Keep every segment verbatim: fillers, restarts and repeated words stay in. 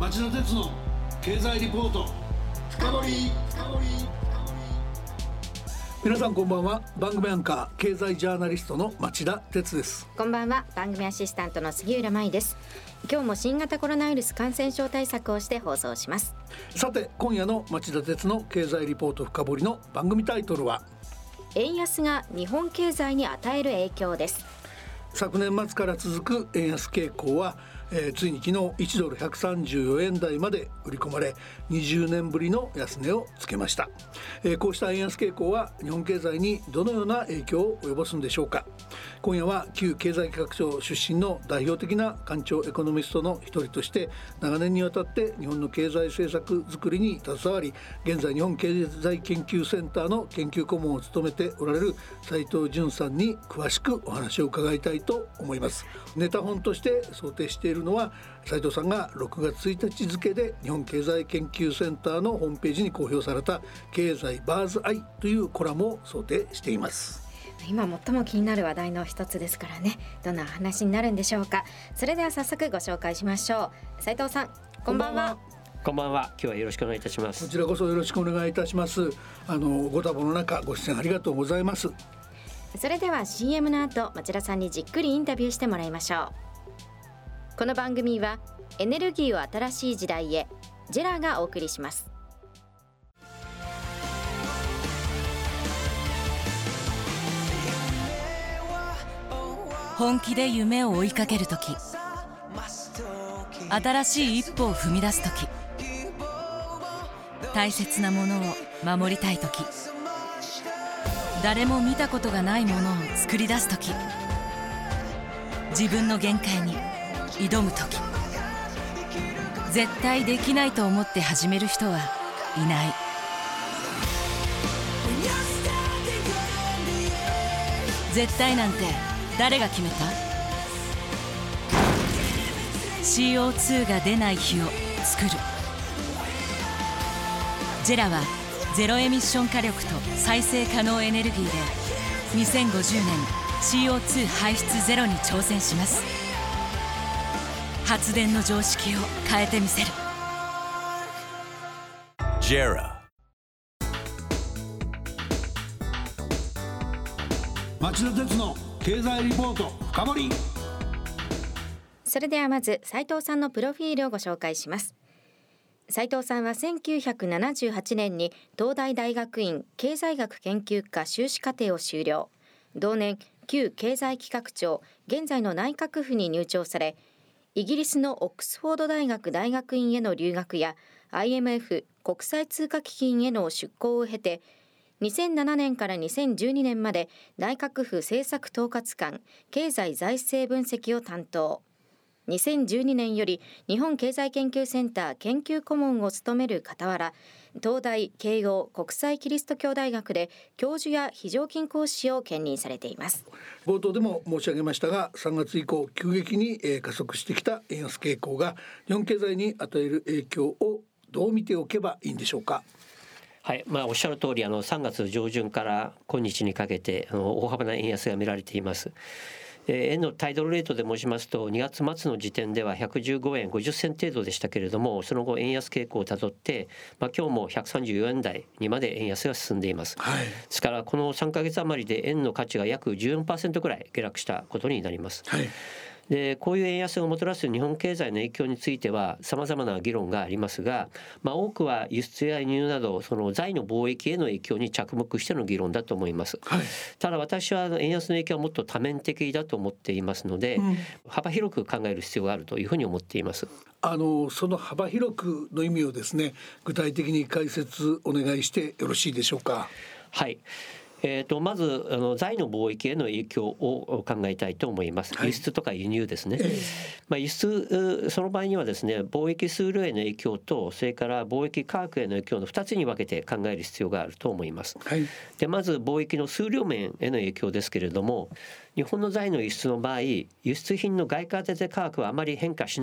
町田鉄の経済リポート深掘り。皆さんこんばんは。番組アンカー経済ジャーナリストの町田鉄です。 こんばんは。番組アシスタントの杉浦舞です。今日も新型コロナウイルス感染症対策をして放送します。 さて今夜の町田鉄の経済リポート深掘りの番組タイトルは、 円安が日本経済に与える影響です。 昨年末から続く円安傾向は、えー、ついに昨日いちドルひゃくさんじゅうよえん台まで売り込まれ、にじゅうねんぶりの安値をつけました。えー、こうした円安傾向は日本経済にどのような影響を及ぼすんでしょうか。今夜は旧経済企画庁出身の代表的な官庁エコノミストの一人として、長年にわたって日本の経済政策づくりに携わり、現在日本経済研究センターの研究顧問を務めておられる斉藤淳さんに詳しくお話を伺いたいと思います。ネタ本として想定しているのは、斉藤さんがろくがつついたち付で日本経済研究センターのホームページに公表された経済バーズアイというコラムを想定しています。 今最も気になる話題の一つですからね、どんな話になるんでしょうか。それでは早速ご紹介しましょう。斉藤さん、こんばんは。 こんばんは。今日はよろしくお願いいたします。 こちらこそよろしくお願いいたします。あのご多忙の中ご出演ありがとうございます。 それでは シーエム の後、町田さんにじっくりインタビューしてもらいましょう。この番組はエネルギーを新しい時代へ、ジェラがお送りします。 本気で夢を追いかけるとき、新しい一歩を踏み出すとき、大切なものを守りたいとき、誰も見たことがないものを作り出すとき、自分の限界に挑むとき、絶対できないと思って始める人はいない。絶対なんて誰が決めた？ シーオーツー が出ない日を作る。ジェラはゼロエミッション火力と再生可能エネルギーでにせんごじゅうねん シーオーツー 排出ゼロに挑戦します。発電の常識を変えてみせる。ジェラ。 町田鉄の経済リポート深掘り。 それではまず斉藤さんのプロフィールをご紹介します。斉藤さんはせんきゅうひゃくななじゅうはちねんに東大大学院経済学研究科修士課程を修了。同年旧経済企画庁、現在の内閣府に入庁され、イギリスのオックスフォード大学大学院への留学や アイエムエフ 国際通貨基金への出向を経て、にせんななねんからにせんじゅうにねんまで内閣府政策統括官経済財政分析を担当。にせんじゅうにねんより日本経済研究センター研究顧問を務める傍ら、東大、慶応、国際キリスト教大学で教授や非常勤講師を兼任されています。 冒頭でも申し上げましたが、さんがつ以降急激に加速してきた円安傾向が日本経済に与える影響をどう見ておけばいいんでしょうか。 はい、まあ、おっしゃる通り、あのさんがつ上旬から今日にかけてあの大幅な円安が見られています。円の対ドルレートで申しますと、にがつまつの時点ではひゃくじゅうごえんごじゅっせん程度でしたけれども、その後円安傾向をたどって、まあ、今日もひゃくさんじゅうよえん台にまで円安が進んでいます。はい、ですからこのさんかげつ余りで円の価値が約 じゅうよんパーセント くらい下落したことになります。はい、でこういう円安がもたらす日本経済の影響については様々な議論がありますが、まあ、多くは輸出や輸入などその財の貿易への影響に着目しての議論だと思います。はい、ただ私は円安の影響はもっと多面的だと思っていますので、うん、幅広く考える必要があるというふうに思っています。 あのその幅広くの意味をですね、具体的に解説お願いしてよろしいでしょうか。 はい、えー、とまずあの財の貿易への影響を考えたいと思います。はい、輸出とか輸入ですね。えーまあ、輸出その場合にはですね、貿易数量への影響とそれから貿易価格への影響のふたつに分けて考える必要があると思います。はい、でまず貿易の数量面への影響ですけれども、日本の財の輸出の場合、輸出品の外貨建て価格はあまり変化しない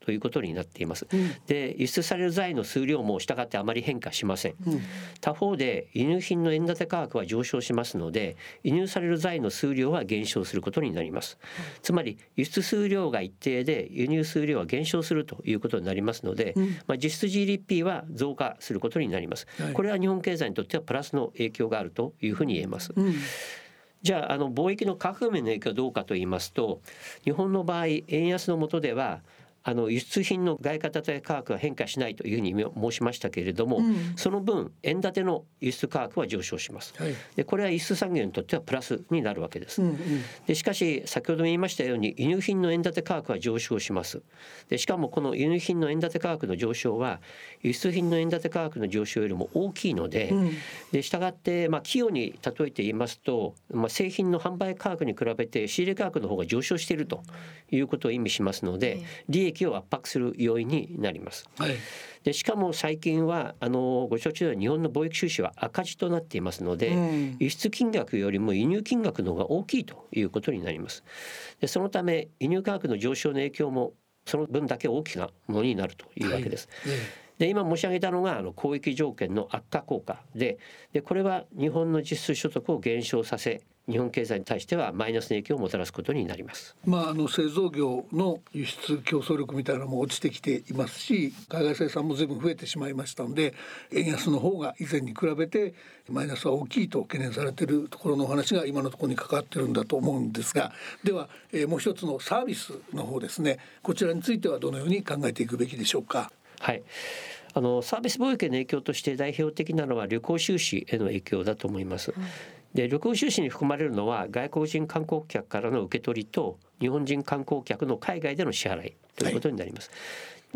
ということになっています、 うん、 で輸出される財の数量もしたがってあまり変化しません、うん、他方で輸入品の円建て価格は上昇しますので輸入される財の数量は減少することになります、うん、つまり輸出数量が一定で輸入数量は減少するということになりますので、うんまあ、実質 ジーディーピー は増加することになります、はい、これは日本経済にとってはプラスの影響があるというふうに言えます、うんじゃあ、あの貿易の価格面の影響はどうかと言いますと、日本の場合円安の下ではあの輸出品の外貨建て価格は変化しないというふうに申しましたけれども、うん、その分円建ての輸出価格は上昇します、はい、でこれは輸出産業にとってはプラスになるわけです、うんうん、でしかし先ほども言いましたように輸入品の円建て価格は上昇します。でしかもこの輸入品の円建て価格の上昇は輸出品の円建て価格の上昇よりも大きいので、うん、でしたがって、まあ、企業に例えて言いますと、まあ、製品の販売価格に比べて仕入れ価格の方が上昇しているということを意味しますので、利益を圧迫する要因になります、はい、でしかも最近はあのご承知のように日本の貿易収支は赤字となっていますので、うん、輸出金額よりも輸入金額の方が大きいということになります。でそのため輸入価格の上昇の影響もその分だけ大きなものになるというわけです、はいうんで今申し上げたのがあの交易条件の悪化効果 で, でこれは日本の実質所得を減少させ日本経済に対してはマイナスの影響をもたらすことになります、 まあ、あの製造業の輸出競争力みたいなのも落ちてきていますし海外生産も随分増えてしまいましたので円安の方が以前に比べてマイナスは大きいと懸念されているところのお話が今のところに関わっているんだと思うんですがでは、えー、もう一つのサービスの方ですねこちらについてはどのように考えていくべきでしょうか。 はいあのサービス貿易の影響として代表的なのは旅行収支への影響だと思います、うん、で旅行収支に含まれるのは外国人観光客からの受け取りと日本人観光客の海外での支払いということになります、はい、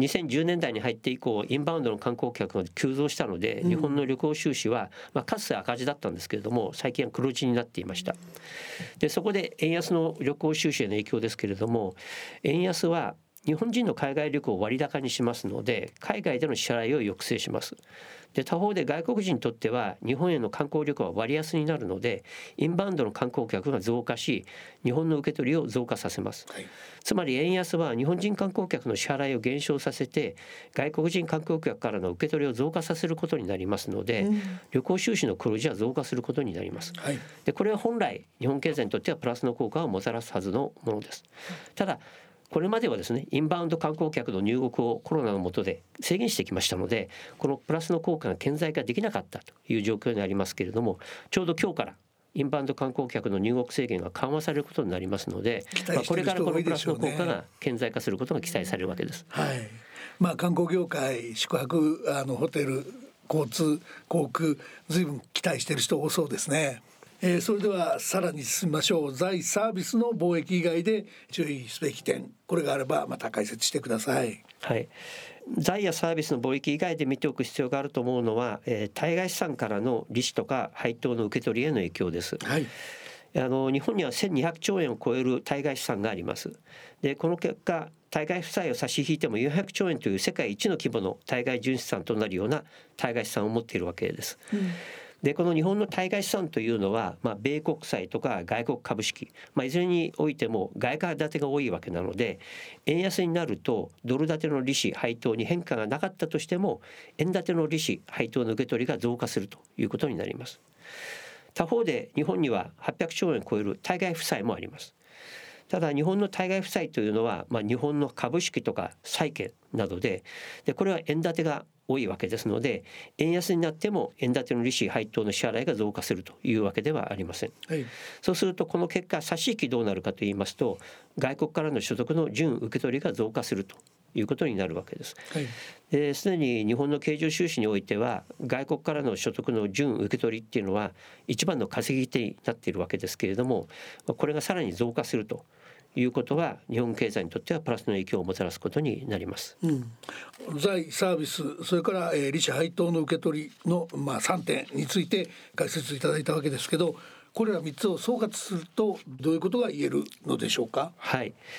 にせんじゅうねんだいに入って以降インバウンドの観光客が急増したので、うん、日本の旅行収支は、まあ、かつて赤字だったんですけれども最近は黒字になっていました。でそこで円安の旅行収支への影響ですけれども円安は日本人の海外旅行を割高にしますので海外での支払いを抑制します。で他方で外国人にとっては日本への観光旅行は割安になるのでインバウンドの観光客が増加し日本の受け取りを増加させます、はい、つまり円安は日本人観光客の支払いを減少させて外国人観光客からの受け取りを増加させることになりますので、うん、旅行収支の黒字は増加することになります、はい、でこれは本来日本経済にとってはプラスの効果をもたらすはずのものです。ただこれまではですねインバウンド観光客の入国をコロナの下で制限してきましたのでこのプラスの効果が顕在化できなかったという状況にありますけれどもちょうど今日からインバウンド観光客の入国制限が緩和されることになりますので、まあ、これからこのプラスの効果が顕在化することが期待されるわけです、 はいまあ、観光業界宿泊あのホテル交通航空随分期待している人多そうですね。えー、それではさらに進みましょう。財サービスの貿易以外で注意すべき点これがあればまた解説してください。 はい、財やサービスの貿易以外で見ておく必要があると思うのは、えー、対外資産からの利子とか配当の受け取りへの影響です、はい、あの日本にはせんにひゃくちょうえんを超える対外資産があります。でこの結果対外負債を差し引いてもよんひゃくちょうえんという世界一の規模の対外純資産となるような対外資産を持っているわけです、うんでこの日本の対外資産というのは、まあ、米国債とか外国株式、まあ、いずれにおいても外貨建てが多いわけなので円安になるとドル建ての利子配当に変化がなかったとしても円建ての利子配当の受け取りが増加するということになります。他方で日本にははっぴゃくちょうえんを超える対外負債もあります。ただ日本の対外負債というのは、まあ、日本の株式とか債券など で, でこれは円建てが多いわけですので円安になっても円建ての利子配当の支払いが増加するというわけではありません、はい、そうするとこの結果差し引きどうなるかといいますと外国からの所得の純受け取りが増加するということになるわけです。はい、ですでに日本の経常収支においては外国からの所得の純受け取りっていうのは一番の稼ぎ手になっているわけですけれどもこれがさらに増加するということは日本経済にとってはプラスの影響をもたらすことになります、 うん、財サービスそれから、えー、利子配当の受け取りの、まあ、さんてんについて解説いただいたわけですけどこれらみっつを総括するとどういうことが言えるのでしょうか。 はい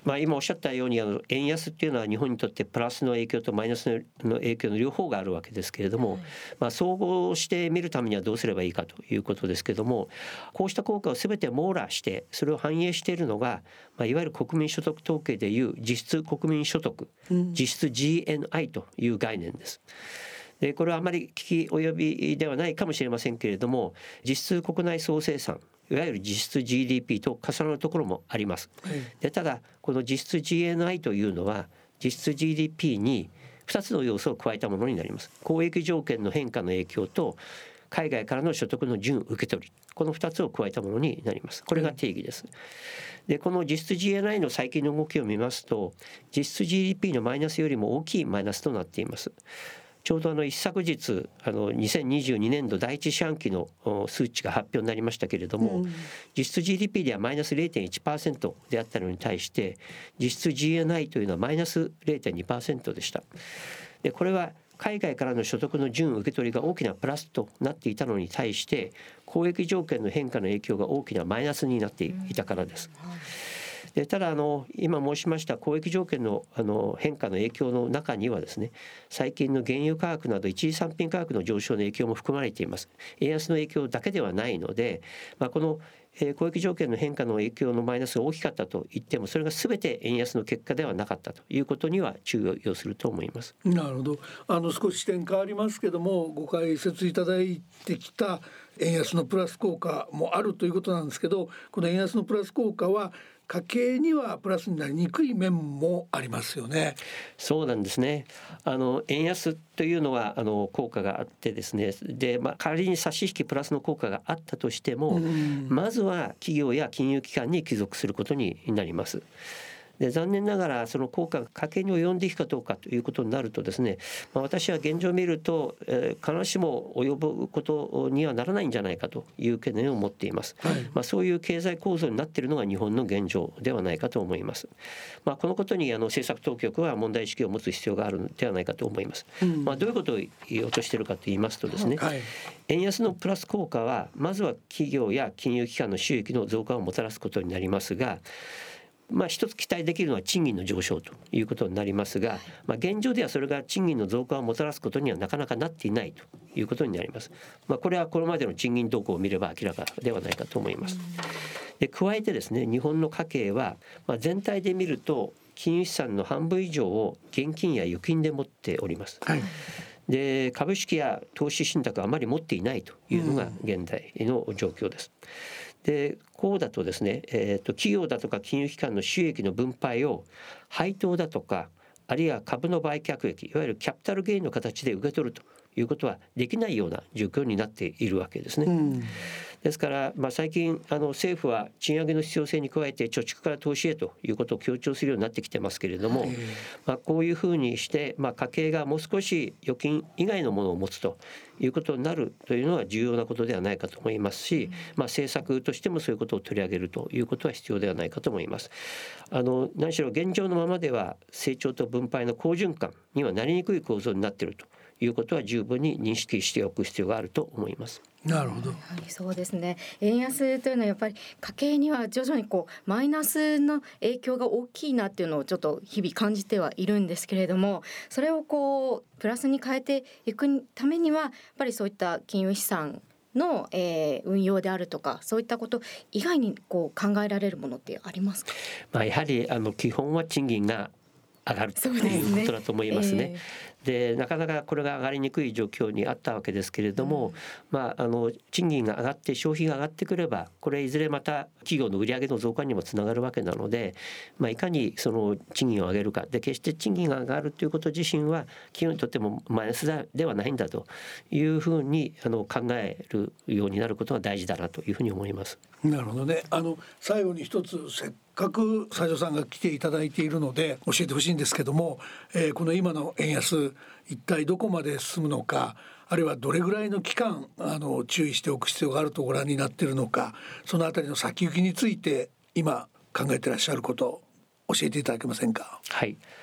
まあ、今おっしゃったようにあの円安っていうのは日本にとってプラスの影響とマイナスの影響の両方があるわけですけれども、まあ、総合して見るためにはどうすればいいかということですけれども、こうした効果を全て網羅してそれを反映しているのが、まあ、いわゆる国民所得統計でいう実質国民所得、実質 ジーエヌアイ という概念です。でこれはあまり聞き及びではないかもしれませんけれども、実質国内総生産いわゆる実質 ジーディーピー と重なるところもあります。でただこの実質 ジーエヌアイ というのは実質 ジーディーピー にふたつの要素を加えたものになります。交易条件の変化の影響と海外からの所得の準受け取り、このふたつを加えたものになります。これが定義です。でこの実質 ジーエヌアイ の最近の動きを見ますと、実質 ジーディーピー のマイナスよりも大きいマイナスとなっています。ちょうどあの一昨日あのにせんにじゅうにねんど第一四半期の数値が発表になりましたけれども、うん、実質 ジーディーピー ではマイナス れいてんいちパーセント であったのに対して実質 ジーエヌアイ というのはマイナス れいてんにパーセント でした。でこれは海外からの所得の準受け取りが大きなプラスとなっていたのに対して交易条件の変化の影響が大きなマイナスになっていたからです。でただあの今申しました交易条件のあの変化の影響の中にはですね、最近の原油価格など一次産品価格の上昇の影響も含まれています。円安の影響だけではないので、まあ、この交易条件の変化の影響のマイナスが大きかったと言ってもそれが全て円安の結果ではなかったということには注意をすると思います。 なるほど。あの少し視点変わりますけども、ご解説いただいてきた円安のプラス効果もあるということなんですけど、この円安のプラス効果は家計にはプラスになりにくい面もありますよね。 そうなんですね。あの円安というのはあの効果があってですね、で、まあ、仮に差し引きプラスの効果があったとしても、まずは企業や金融機関に帰属することになります。で残念ながらその効果が家計に及んでいくかどうかということになるとですね、まあ、私は現状を見ると、えー、必ずしも及ぶことにはならないんじゃないかという懸念を持っています。はい、まあ、そういう経済構造になっているのが日本の現状ではないかと思います。まあ、このことにあの政策当局は問題意識を持つ必要があるのではないかと思います。うん、まあ、どういうことを言おうとしているかと言いますとですね、はい、円安のプラス効果はまずは企業や金融機関の収益の増加をもたらすことになりますが、まあ、一つ期待できるのは賃金の上昇ということになりますが、まあ、現状ではそれが賃金の増加をもたらすことにはなかなかなっていないということになります。まあ、これはこれまでの賃金動向を見れば明らかではないかと思います。で加えてですね、日本の家計は、まあ、全体で見ると金融資産の半分以上を現金や預金で持っております。はい、で株式や投資信託はあまり持っていないというのが現在の状況です。でこうだとですね、えーと、企業だとか金融機関の収益の分配を配当だとかあるいは株の売却益、いわゆるキャピタルゲインの形で受け取るということはできないような状況になっているわけですね。うん、ですから、まあ、最近あの政府は賃上げの必要性に加えて貯蓄から投資へということを強調するようになってきてますけれども、まあ、こういうふうにして、まあ、家計がもう少し預金以外のものを持つということになるというのは重要なことではないかと思いますし、まあ、政策としてもそういうことを取り上げるということは必要ではないかと思います。あの何しろ現状のままでは成長と分配の好循環にはなりにくい構造になっているということは十分に認識しておく必要があると思います。 なるほど。 はい、そうですね。円安というのはやっぱり家計には徐々にこうマイナスの影響が大きいなっていうのをちょっと日々感じてはいるんですけれども、それをこうプラスに変えていくためにはやっぱりそういった金融資産の、えー、運用であるとかそういったこと以外にこう考えられるものってありますか？ まあ、やはりあの基本は賃金が上がるということだと思いますね。でなかなかこれが上がりにくい状況にあったわけですけれども、うん、まあ、あの賃金が上がって消費が上がってくればこれいずれまた企業の売上の増加にもつながるわけなので、まあ、いかにその賃金を上げるかで、決して賃金が上がるということ自身は企業にとってもマイナスではないんだというふうにあの考えるようになることが大事だなというふうに思います。 なるほどね。あの最後に一つせっかく斉藤さんが来ていただいているので教えてほしいんですけども、えー、この今の円安一体どこまで進むのか、あるいはどれぐらいの期間あの注意しておく必要があるとご覧になっているのか、そのあたりの先行きについて今考えていらっしゃることを教えていただけませんか？ はい、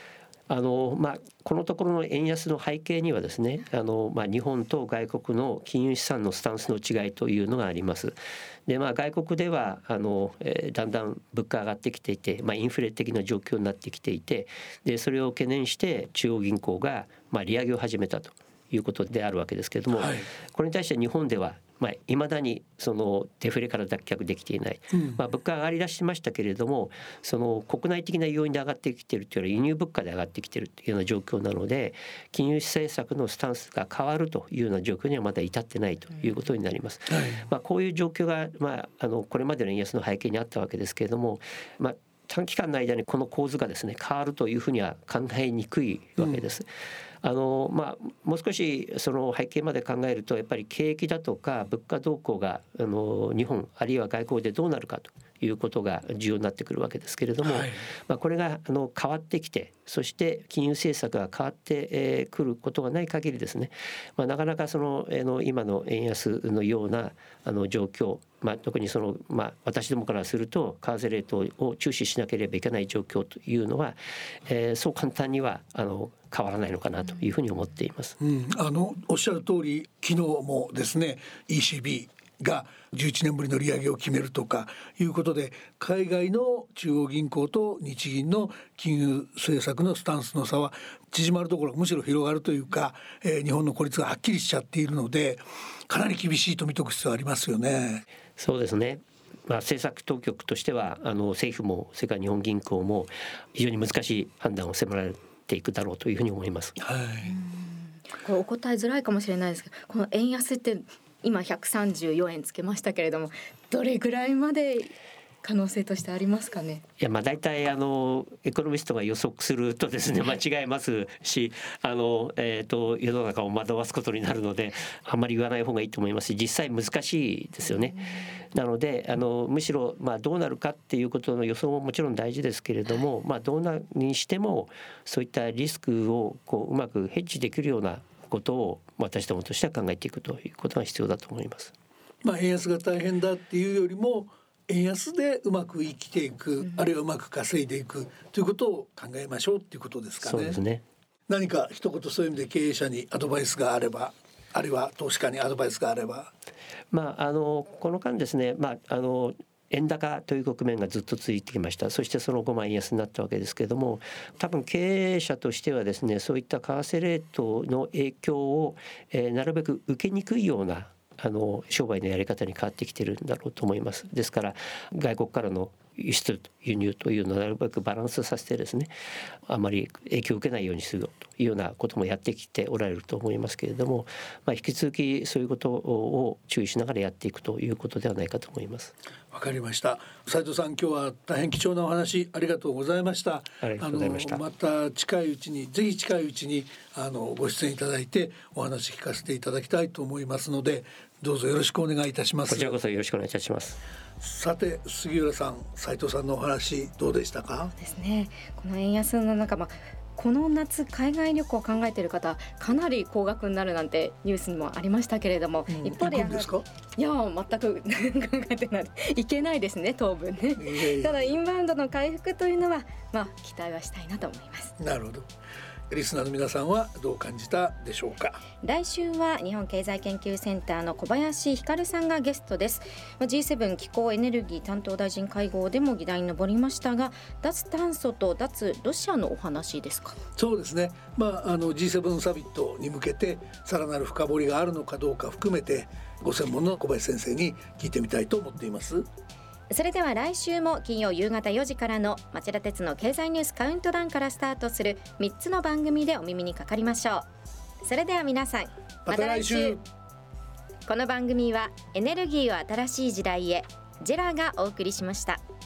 あのまあ、このところの円安の背景にはですね、あの、まあ、日本と外国の金融資産のスタンスの違いというのがあります。で、まあ、外国ではあの、えー、だんだん物価上がってきていて、まあ、インフレ的な状況になってきていて、でそれを懸念して中央銀行が、まあ、利上げを始めたということであるわけですけれども、はい、これに対して日本ではまあ、未だにそのデフレから脱却できていない、うんまあ、物価上がりだしましたけれども、その国内的な要因で上がってきているというより輸入物価で上がってきているというような状況なので、金融政策のスタンスが変わるというような状況にはまだ至ってないということになります、うんはいまあ、こういう状況が、まあ、あのこれまでの円安の背景にあったわけですけれども、まあ短期間の間にこの構図がですね変わるというふうには考えにくいわけです、うん、あのまあもう少しその背景まで考えると、やっぱり景気だとか物価動向があの日本あるいは外交でどうなるかということが重要になってくるわけですけれども、はいまあ、これがあの変わってきて、そして金融政策が変わってくることがない限りですね、まあ、なかなかそのあの今の円安のようなあの状況、まあ、特にその、まあ、私どもからすると為替レートを注視しなければいけない状況というのは、えー、そう簡単にはあの変わらないのかなというふうに思っています、 うん、あのおっしゃる通り、昨日もですね イーシービーがじゅういちねんぶりの利上げを決めるとかいうことで、海外の中央銀行と日銀の金融政策のスタンスの差は縮まるところむしろ広がるというか、えー、日本の孤立がはっきりしちゃっているので、かなり厳しいと見とく必要ありますよね。 そうですね、まあ、政策当局としてはあの政府もそれから日本銀行も非常に難しい判断を迫られていくだろうというふうに思います、 はい、 これお答えづらいかもしれないですけど、この円安って今ひゃくさんじゅうよえんつけましたけれども、どれぐらいまで可能性としてありますかね。 いや、まあ大体あのエコノミストが予測するとですね間違えますし、あの、えー、と世の中を惑わすことになるので、あんまり言わない方がいいと思いますし、実際難しいですよね。なのであのむしろまあどうなるかっていうことの予想ももちろん大事ですけれども、まあどうなるにしてもそういったリスクをこううまくヘッジできるようなことを私どもとしては考えていくということが必要だと思います。 まあ、円安が大変だっていうよりも、円安でうまく生きていく、うん、あるいはうまく稼いでいくということを考えましょうっていうことですかね。 そうですね。 何か一言そういう意味で経営者にアドバイスがあれば、あるいは投資家にアドバイスがあれば。 まあ、あのこの間ですね、まあ、あの円高という局面がずっと続いてきました。そしてその後円安になったわけですけれども、多分経営者としてはですね、そういった為替レートの影響を、えー、なるべく受けにくいようなあの商売のやり方に変わってきているんだろうと思います。ですから外国からの輸出輸入というのをなるべくバランスさせてですね、あまり影響を受けないようにするというようなこともやってきておられると思いますけれども、まあ、引き続きそういうことを注意しながらやっていくということではないかと思います。 わかりました。斉藤さん、今日は大変貴重なお話ありがとうございました。 ありがとうございました。 あのまた近いうちに、ぜひ近いうちにあのご出演いただいてお話聞かせていただきたいと思いますので、どうぞよろしくお願いいたします。 こちらこそよろしくお願いいたします。 さて杉浦さん、斉藤さんのお話どうでしたか。 そうですね、この円安の中、まあ、この夏海外旅行を考えている方かなり高額になるなんてニュースにもありましたけれども、うん、一方で行くんですか。 いや全く考えてない、いけないですね当分ね、えー、ただインバウンドの回復というのは、まあ、期待はしたいなと思います。 なるほど。リスナーの皆さんはどう感じたでしょうか。 来週は日本経済研究センターの小林光さんがゲストです。 ジーセブン 気候エネルギー担当大臣会合でも議題に上りましたが、脱炭素と脱ロシアのお話ですか。 そうですね、まあ、あの ジーセブン サミットに向けてさらなる深掘りがあるのかどうか含めて、ご専門の小林先生に聞いてみたいと思っています。 それでは来週も金曜夕方よじからの町田鉄の経済ニュースカウントダウンからスタートするみっつの番組でお耳にかかりましょう。それでは皆さん、 また来週。 この番組はエネルギーを新しい時代へジェラがお送りしました。